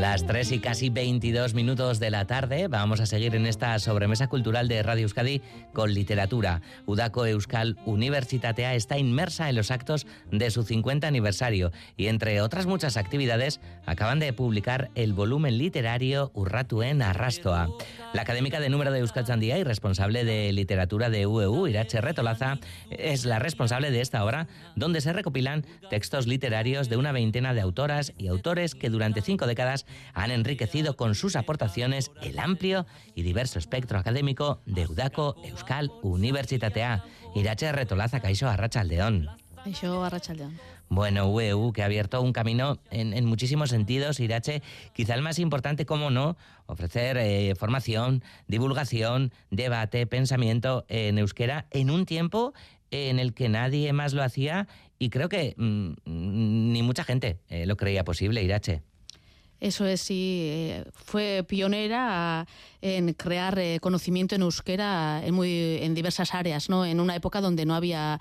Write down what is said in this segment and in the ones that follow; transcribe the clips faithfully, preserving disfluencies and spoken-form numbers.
Las tres y casi veintidós minutos de la tarde vamos a seguir en esta sobremesa cultural de Radio Euskadi con literatura. Udako Euskal Unibertsitatea está inmersa en los actos de su cincuenta aniversario y entre otras muchas actividades acaban de publicar el volumen literario Urratuen Arrastoa. La académica de número de Euskaltzaindia y responsable de literatura de U E U, Iratxe Retolaza, es la responsable de esta obra donde se recopilan textos literarios de una veintena de autoras y autores que durante cinco décadas han enriquecido con sus aportaciones el amplio y diverso espectro académico de Udako Euskal Unibertsitatea. Iratxe Retolaza, kaixo, arratsaldeon. Kaixo, arratsaldeon. Bueno, U E U, que ha abierto un camino en, en muchísimos sentidos, Iratxe, quizá el más importante, como no, ofrecer eh, formación, divulgación, debate, pensamiento en euskera en un tiempo en el que nadie más lo hacía y creo que mmm, ni mucha gente eh, lo creía posible, Iratxe. Eso es, sí, eh, fue pionera en crear eh, conocimiento en euskera en, muy, en diversas áreas, ¿no? En una época donde no había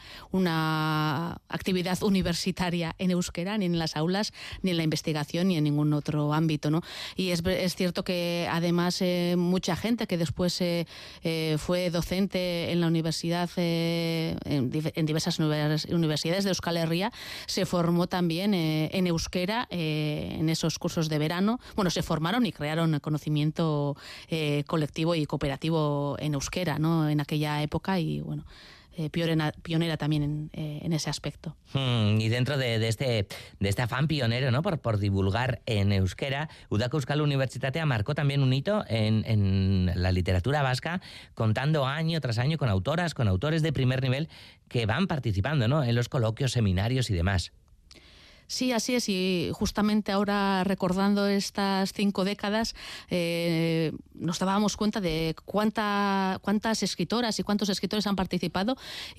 una actividad universitaria en euskera, ni en las aulas, ni en la investigación, ni en ningún otro ámbito, ¿no? Y es, es cierto que además eh, mucha gente que después eh, eh, fue docente en la universidad, eh, en, en diversas universidades de Euskal Herria, se formó también eh, en euskera, eh, en esos cursos de verano. Bueno, se formaron y crearon conocimiento eh, colectivo y cooperativo en euskera, ¿no? En aquella época y bueno, eh, pionera, pionera también en, eh, en ese aspecto. Hmm, y dentro de, de este de este afán pionero, ¿no? Por, por divulgar en euskera, Udako Euskal Unibertsitatea marcó también un hito en, en la literatura vasca, contando año tras año con autoras, con autores de primer nivel que van participando, ¿no? En los coloquios, seminarios y demás. Sí, así es, y justamente ahora recordando estas cinco décadas eh, nos dábamos cuenta de cuánta, cuántas escritoras y cuántos escritores han participado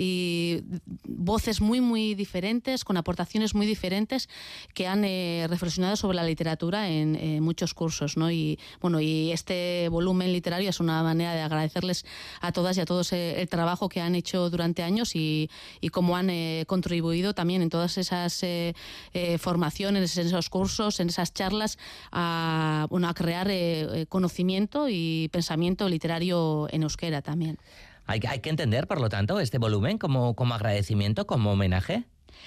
y voces muy muy diferentes, con aportaciones muy diferentes que han eh, reflexionado sobre la literatura en eh, muchos cursos, ¿no? Y bueno, y este volumen literario es una manera de agradecerles a todas y a todos eh, el trabajo que han hecho durante años y, y cómo han eh, contribuido también en todas esas eh, Eh, formaciones, en esos cursos, en esas charlas, a, bueno, a crear eh, conocimiento y pensamiento literario en euskera también. Hay, hay que entender, por lo tanto, este volumen como, como agradecimiento, como homenaje.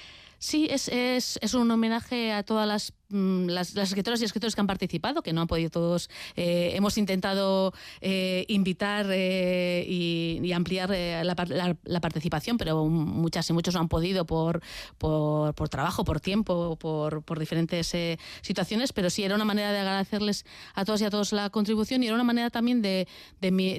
Sí, es, es, es un homenaje a todas las Las, las escritoras y escritores que han participado, que no han podido todos. Eh, hemos intentado eh, invitar eh, y, y ampliar eh, la, la, la participación, pero muchas y muchos no han podido por, por, por trabajo, por tiempo, por, por diferentes eh, situaciones, pero sí era una manera de agradecerles a todos y a todos la contribución y era una manera también de, de, de,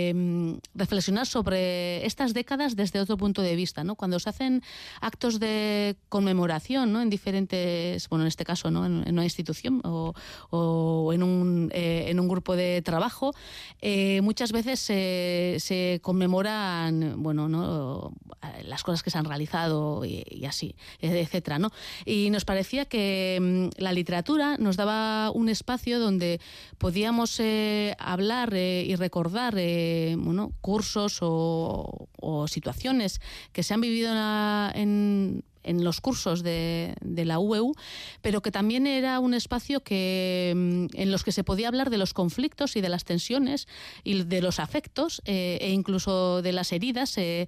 de reflexionar sobre estas décadas desde otro punto de vista, ¿no? Cuando se hacen actos de conmemoración, ¿no? En diferentes, bueno, en este caso, ¿no? En, en una institución o, o en, un, eh, en un grupo de trabajo, eh, muchas veces se, se conmemoran, bueno, ¿no? Las cosas que se han realizado y, y así, etcétera, ¿no? Y nos parecía que mm, la literatura nos daba un espacio donde podíamos eh, hablar eh, y recordar eh, bueno, cursos o, o situaciones que se han vivido en, la, en en los cursos de, de la U E U, pero que también era un espacio que, en los que se podía hablar de los conflictos y de las tensiones y de los afectos eh, e incluso de las heridas eh,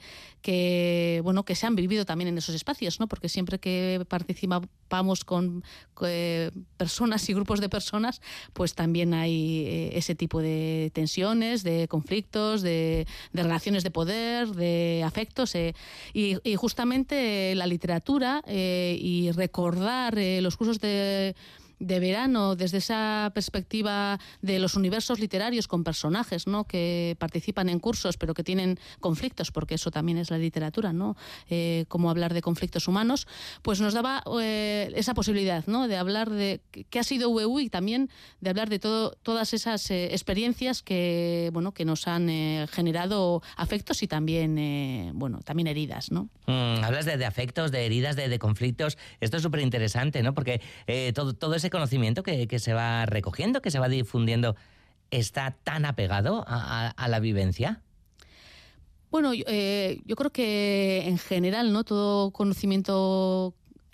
que, bueno, que se han vivido también en esos espacios, ¿no? Porque siempre que participamos con eh, personas y grupos de personas, pues también hay eh, ese tipo de tensiones, de conflictos, de, de relaciones de poder, de afectos eh, y, y justamente eh, la literatura Eh, y recordar eh, los cursos de, de verano desde esa perspectiva de los universos literarios con personajes, ¿no? Que participan en cursos pero que tienen conflictos, porque eso también es la literatura, ¿no? Eh, cómo hablar de conflictos humanos, pues nos daba eh, esa posibilidad, ¿no? De hablar de qué ha sido U E U y también de hablar de todo, todas esas eh, experiencias que, bueno, que nos han eh, generado afectos y también, eh, bueno, también heridas, ¿no? Mm, hablas de, de afectos, de heridas, de, de conflictos. Esto es súper interesante, ¿no? Porque eh, todo, todo ese conocimiento que, que se va recogiendo, que se va difundiendo, ¿está tan apegado a, a, a la vivencia? Bueno, eh, yo creo que en general, ¿no? Todo conocimiento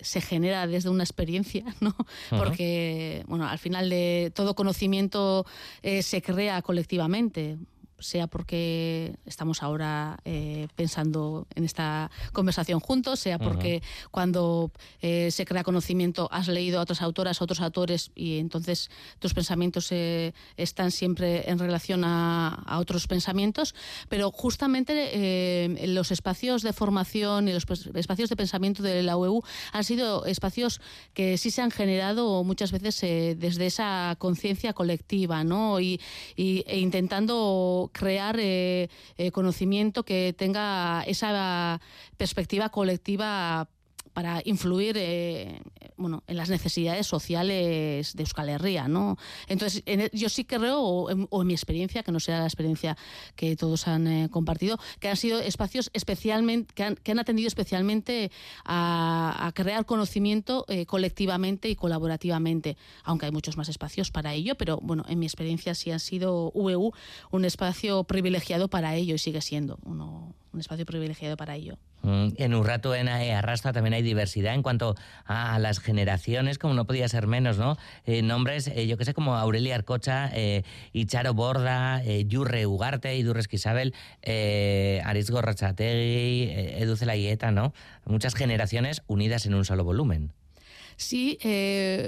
se genera desde una experiencia, ¿no? Uh-huh. Porque, bueno, al final de todo conocimiento eh, se crea colectivamente, sea porque estamos ahora eh, pensando en esta conversación juntos, sea porque uh-huh. cuando eh, se crea conocimiento has leído a otras autoras, a otros autores y entonces tus pensamientos eh, están siempre en relación a, a otros pensamientos, pero justamente eh, los espacios de formación y los espacios de pensamiento de la U E U han sido espacios que sí se han generado muchas veces eh, desde esa conciencia colectiva, ¿no? Y, y, e intentando crear eh, eh, conocimiento que tenga esa perspectiva colectiva para influir eh, bueno, en las necesidades sociales de Euskal Herria, ¿no? Entonces, en, yo sí creo, o en, o en mi experiencia, que no sea la experiencia que todos han eh, compartido, que han sido espacios especialmente, que han, que han atendido especialmente a, a crear conocimiento eh, colectivamente y colaborativamente, aunque hay muchos más espacios para ello, pero bueno, en mi experiencia sí ha sido U E U un espacio privilegiado para ello y sigue siendo uno, un espacio privilegiado para ello. En Urratu, en Arrastra, también hay diversidad en cuanto a las generaciones, como no podía ser menos, ¿no? Eh, nombres, eh, yo que sé, como Aurelia Arcocha, eh, Icharo Borda, eh, Yurre Ugarte, Idurres Isabel, eh, Arizgo Rachategui, eh, Edu Zelaieta, ¿no? Muchas generaciones unidas en un solo volumen. Sí, eh...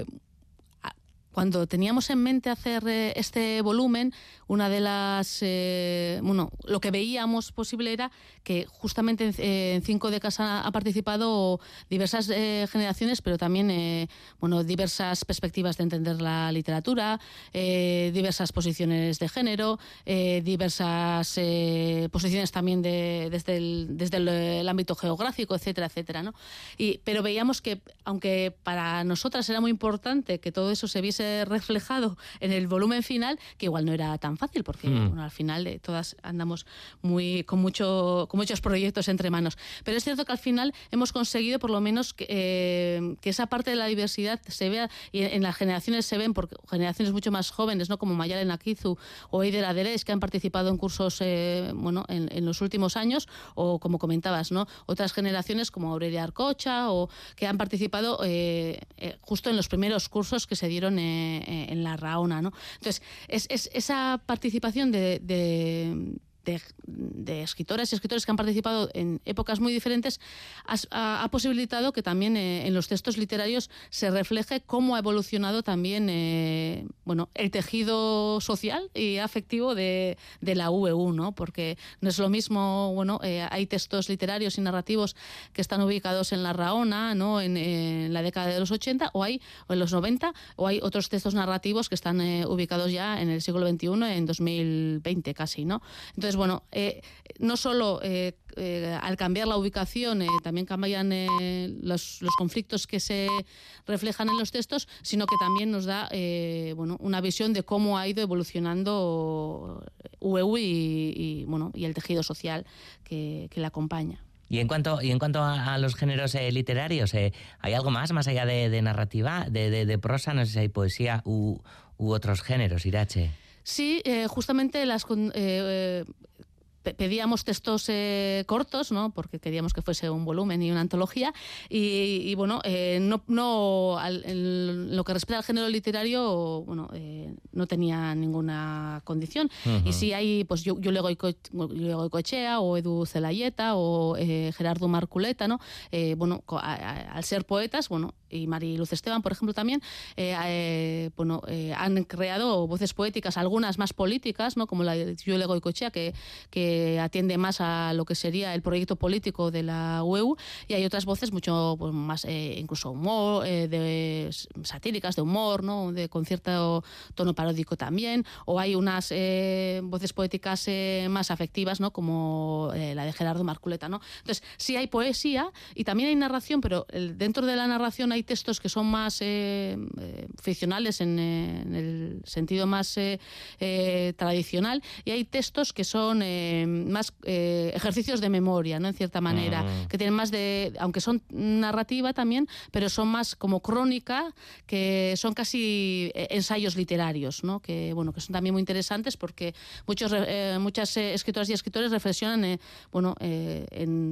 Cuando teníamos en mente hacer eh, este volumen, una de las, eh, bueno, lo que veíamos posible era que justamente en, eh, en cinco décadas ha, ha participado diversas eh, generaciones, pero también, eh, bueno, diversas perspectivas de entender la literatura, eh, diversas posiciones de género, eh, diversas eh, posiciones también de, desde, el, desde el, el ámbito geográfico, etcétera, etcétera, ¿no? Y, pero veíamos que, aunque para nosotras era muy importante que todo eso se viese reflejado en el volumen final, que igual no era tan fácil porque mm. bueno, al final eh, todas andamos muy con mucho con muchos proyectos entre manos, pero es cierto que al final hemos conseguido por lo menos que, eh, que esa parte de la diversidad se vea y en, en las generaciones se ven, porque generaciones mucho más jóvenes, ¿no? Como Mayalen Akizu o Eider Aderés, que han participado en cursos eh, bueno en, en los últimos años, o como comentabas, ¿no? Otras generaciones como Aurelia Arcocha, o que han participado eh, eh, justo en los primeros cursos que se dieron eh, en la Raona, ¿no? Entonces, es, es esa participación de, de, de, de escritoras y escritores que han participado en épocas muy diferentes ha, ha posibilitado que también eh, en los textos literarios se refleje cómo ha evolucionado también eh, bueno, el tejido social y afectivo de, de la U E U, ¿no? Porque no es lo mismo, bueno, eh, hay textos literarios y narrativos que están ubicados en la Raona, ¿no? En, en la década de los ochenta, o hay o en los noventa, o hay otros textos narrativos que están eh, ubicados ya en el siglo veintiuno, en dos mil veinte casi, ¿no? Entonces, bueno, eh, no solo eh, eh, al cambiar la ubicación eh, también cambian eh, los, los conflictos que se reflejan en los textos, sino que también nos da eh, bueno, una visión de cómo ha ido evolucionando U E U y, y, bueno, y el tejido social que, que la acompaña. Y en cuanto y en cuanto a, a los géneros eh, literarios, eh, ¿hay algo más, más allá de, de narrativa, de, de, de prosa? No sé si hay poesía u, u otros géneros, Irache. Sí, eh, justamente las eh, pedíamos textos eh, cortos, ¿no? Porque queríamos que fuese un volumen y una antología, y, y bueno, eh, no, no al, en lo que respecta al género literario, bueno, eh, no tenía ninguna condición. Uh-huh. Y sí hay, pues yo, yo Lego Goicoechea o Edu Zelaieta o eh, Gerardo Marculeta, ¿no? Eh, bueno, a, a, al ser poetas, bueno, y Mari Luz Esteban, por ejemplo, también, eh, eh, bueno, eh, han creado voces poéticas, algunas más políticas, ¿no? Como la de Yule Goicoechea, que, que atiende más a lo que sería el proyecto político de la U E U, y hay otras voces mucho pues, más, eh, incluso humor, eh, de satíricas, de humor, ¿no? De, con cierto tono paródico también, o hay unas eh, voces poéticas eh, más afectivas, ¿no? Como eh, la de Gerardo Marculeta, ¿no? Entonces, sí hay poesía y también hay narración, pero el, dentro de la narración hay textos que son más eh, eh, ficcionales en, eh, en el sentido más eh, eh, tradicional, y hay textos que son eh, más eh, ejercicios de memoria, ¿no? En cierta manera, mm. que tienen más de, aunque son narrativa también, pero son más como crónica, que son casi ensayos literarios, ¿no? Que bueno, que son también muy interesantes porque muchos eh, muchas eh, escritoras y escritores reflexionan eh, bueno, eh, en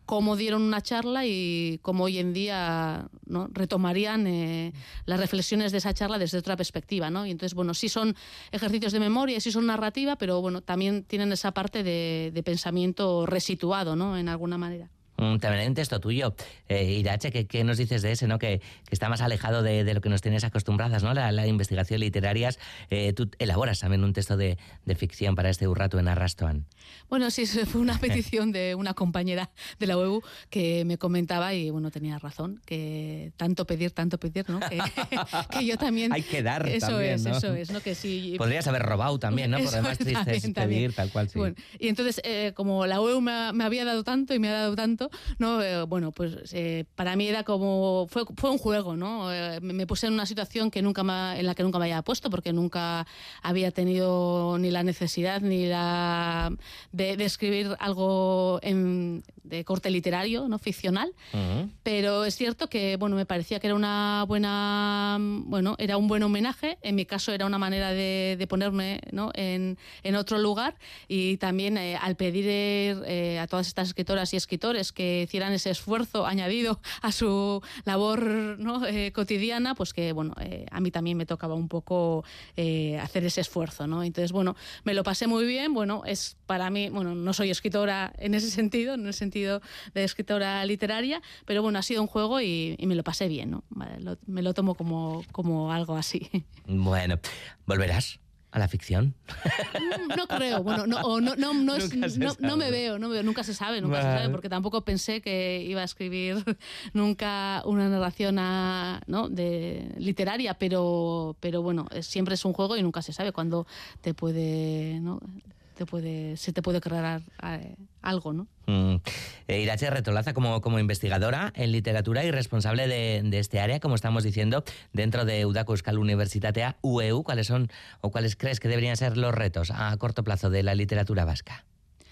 cómo dieron una charla y cómo hoy en día, ¿no?, retomarían eh, las reflexiones de esa charla desde otra perspectiva, ¿no? Y entonces, bueno, sí son ejercicios de memoria, sí son narrativa, pero bueno, también tienen esa parte de, de pensamiento resituado, ¿no?, en alguna manera. También hay un texto tuyo, eh, Irache, ¿qué, ¿qué nos dices de ese, ¿no? Que, que está más alejado de, de lo que nos tienes acostumbradas, ¿no? La, la investigación literaria. Eh, tú elaboras también un texto de, de ficción para este Urratu en Arrastoan. Bueno, sí, fue una petición de una compañera de la U E U que me comentaba y, bueno, tenía razón, que tanto pedir, tanto pedir, ¿no? Que, que yo también... Hay que dar eso también, es, ¿no? Eso es, ¿no? Que sí... Podrías haber robado también, ¿no? Por Eso demás triste también, es pedir, también. tal cual, sí. Bueno, y entonces, eh, como la U E U me, me había dado tanto y me ha dado tanto, ¿no? Eh, bueno, pues eh, para mí era como... Fue, fue un juego, ¿no? Eh, me, me puse en una situación que nunca me, en la que nunca me había puesto, porque nunca había tenido ni la necesidad ni la... de, de escribir algo en, de corte literario, no ficcional, uh-huh. Pero es cierto que, bueno, me parecía que era una buena, bueno, era un buen homenaje. En mi caso era una manera de, de ponerme, ¿no?, en, en otro lugar, y también eh, al pedir eh, a todas estas escritoras y escritores que hicieran ese esfuerzo añadido a su labor, ¿no?, eh, cotidiana, pues que, bueno, eh, a mí también me tocaba un poco eh, hacer ese esfuerzo, ¿no? Entonces, bueno, me lo pasé muy bien. Bueno, es para mí, bueno, no soy escritora en ese sentido, en el sentido de escritora literaria, pero bueno, ha sido un juego y, y me lo pasé bien, ¿no? Vale, lo, me lo tomo como, como algo así. Bueno, ¿volverás a la ficción? No, no creo, bueno, no, o no, no, no, es, no, no me veo, no me veo, nunca se sabe, nunca vale. se sabe, porque tampoco pensé que iba a escribir nunca una narración a, ¿no?, de literaria, pero, pero bueno, siempre es un juego y nunca se sabe cuándo te puede, ¿no?, te puede, se te puede crear eh, algo, ¿no? Mm. Eh, Irache Retolaza, como, como investigadora en literatura y responsable de, de este área, como estamos diciendo, dentro de Udako Euskal Unibertsitatea, U E U, ¿cuáles son o cuáles crees que deberían ser los retos a corto plazo de la literatura vasca?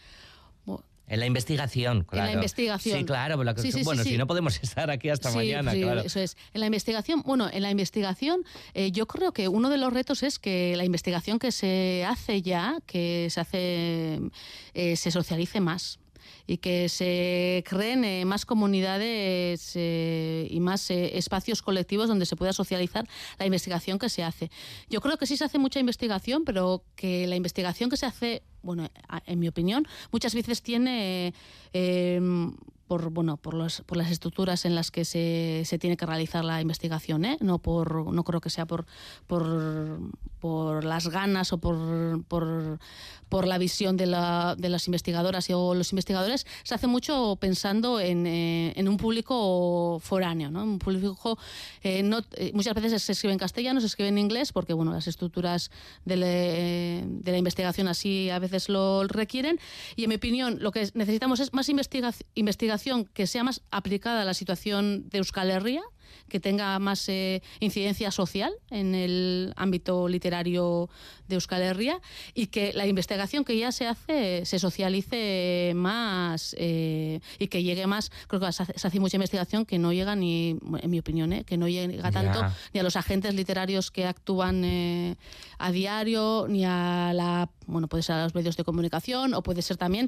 Bueno, en la investigación, claro. En la investigación. Sí, claro. Bueno, sí, sí, bueno sí, si sí. no podemos estar aquí hasta sí, mañana, sí, claro. Eso es. En la investigación, bueno, en la investigación eh, yo creo que uno de los retos es que la investigación que se hace ya, que se hace, eh, se socialice más. Y que se creen eh, más comunidades eh, y más eh, espacios colectivos donde se pueda socializar la investigación que se hace. Yo creo que sí se hace mucha investigación, pero que la investigación que se hace, bueno, en mi opinión, muchas veces tiene... Eh, por bueno por los por las estructuras en las que se, se tiene que realizar la investigación, ¿eh? no por no creo que sea por por por las ganas o por por por la visión de la de las investigadoras o los investigadores. Se hace mucho pensando en, eh, en un público foráneo, ¿no? Un público eh, no eh, muchas veces se escribe en castellano, se escribe en inglés, porque bueno, las estructuras de, le, de la investigación así a veces lo requieren, y en mi opinión lo que necesitamos es más investiga- investigación que sea más aplicada a la situación de Euskal Herria, que tenga más eh, incidencia social en el ámbito literario de Euskal Herria, y que la investigación que ya se hace se socialice más eh, y que llegue más. Creo que se hace, se hace mucha investigación que no llega ni, en mi opinión, eh, que no llega tanto yeah. ni a los agentes literarios que actúan eh, a diario, ni a la bueno puede ser a los medios de comunicación, o puede ser también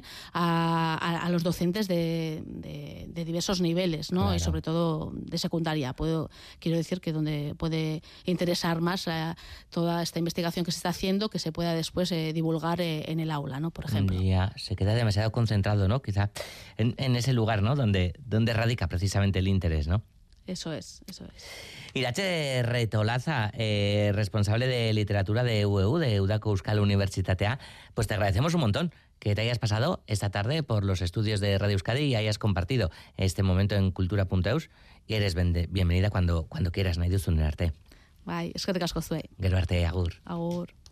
a, a, a los docentes de, de, de diversos niveles, ¿no? Claro. Y sobre todo de secundaria. Puedo, quiero decir que donde puede interesar más eh, toda esta investigación que se está haciendo, que se pueda después eh, divulgar eh, en el aula, ¿no? Por ejemplo. Ya, se queda demasiado concentrado, ¿no? Quizá en, en ese lugar, ¿no? Donde, donde radica precisamente el interés, ¿no? Eso es, eso es. Irache Retolaza, eh, responsable de literatura de U E U, de Udako Euskal Unibertsitatea, pues te agradecemos un montón que te hayas pasado esta tarde por los estudios de Radio Euskadi y hayas compartido este momento en kultura punto eus, y eres bienvenida cuando, cuando quieras, nahi duzun arte. Bai, eskerrik asko zuei. Gero arte, agur. Agur.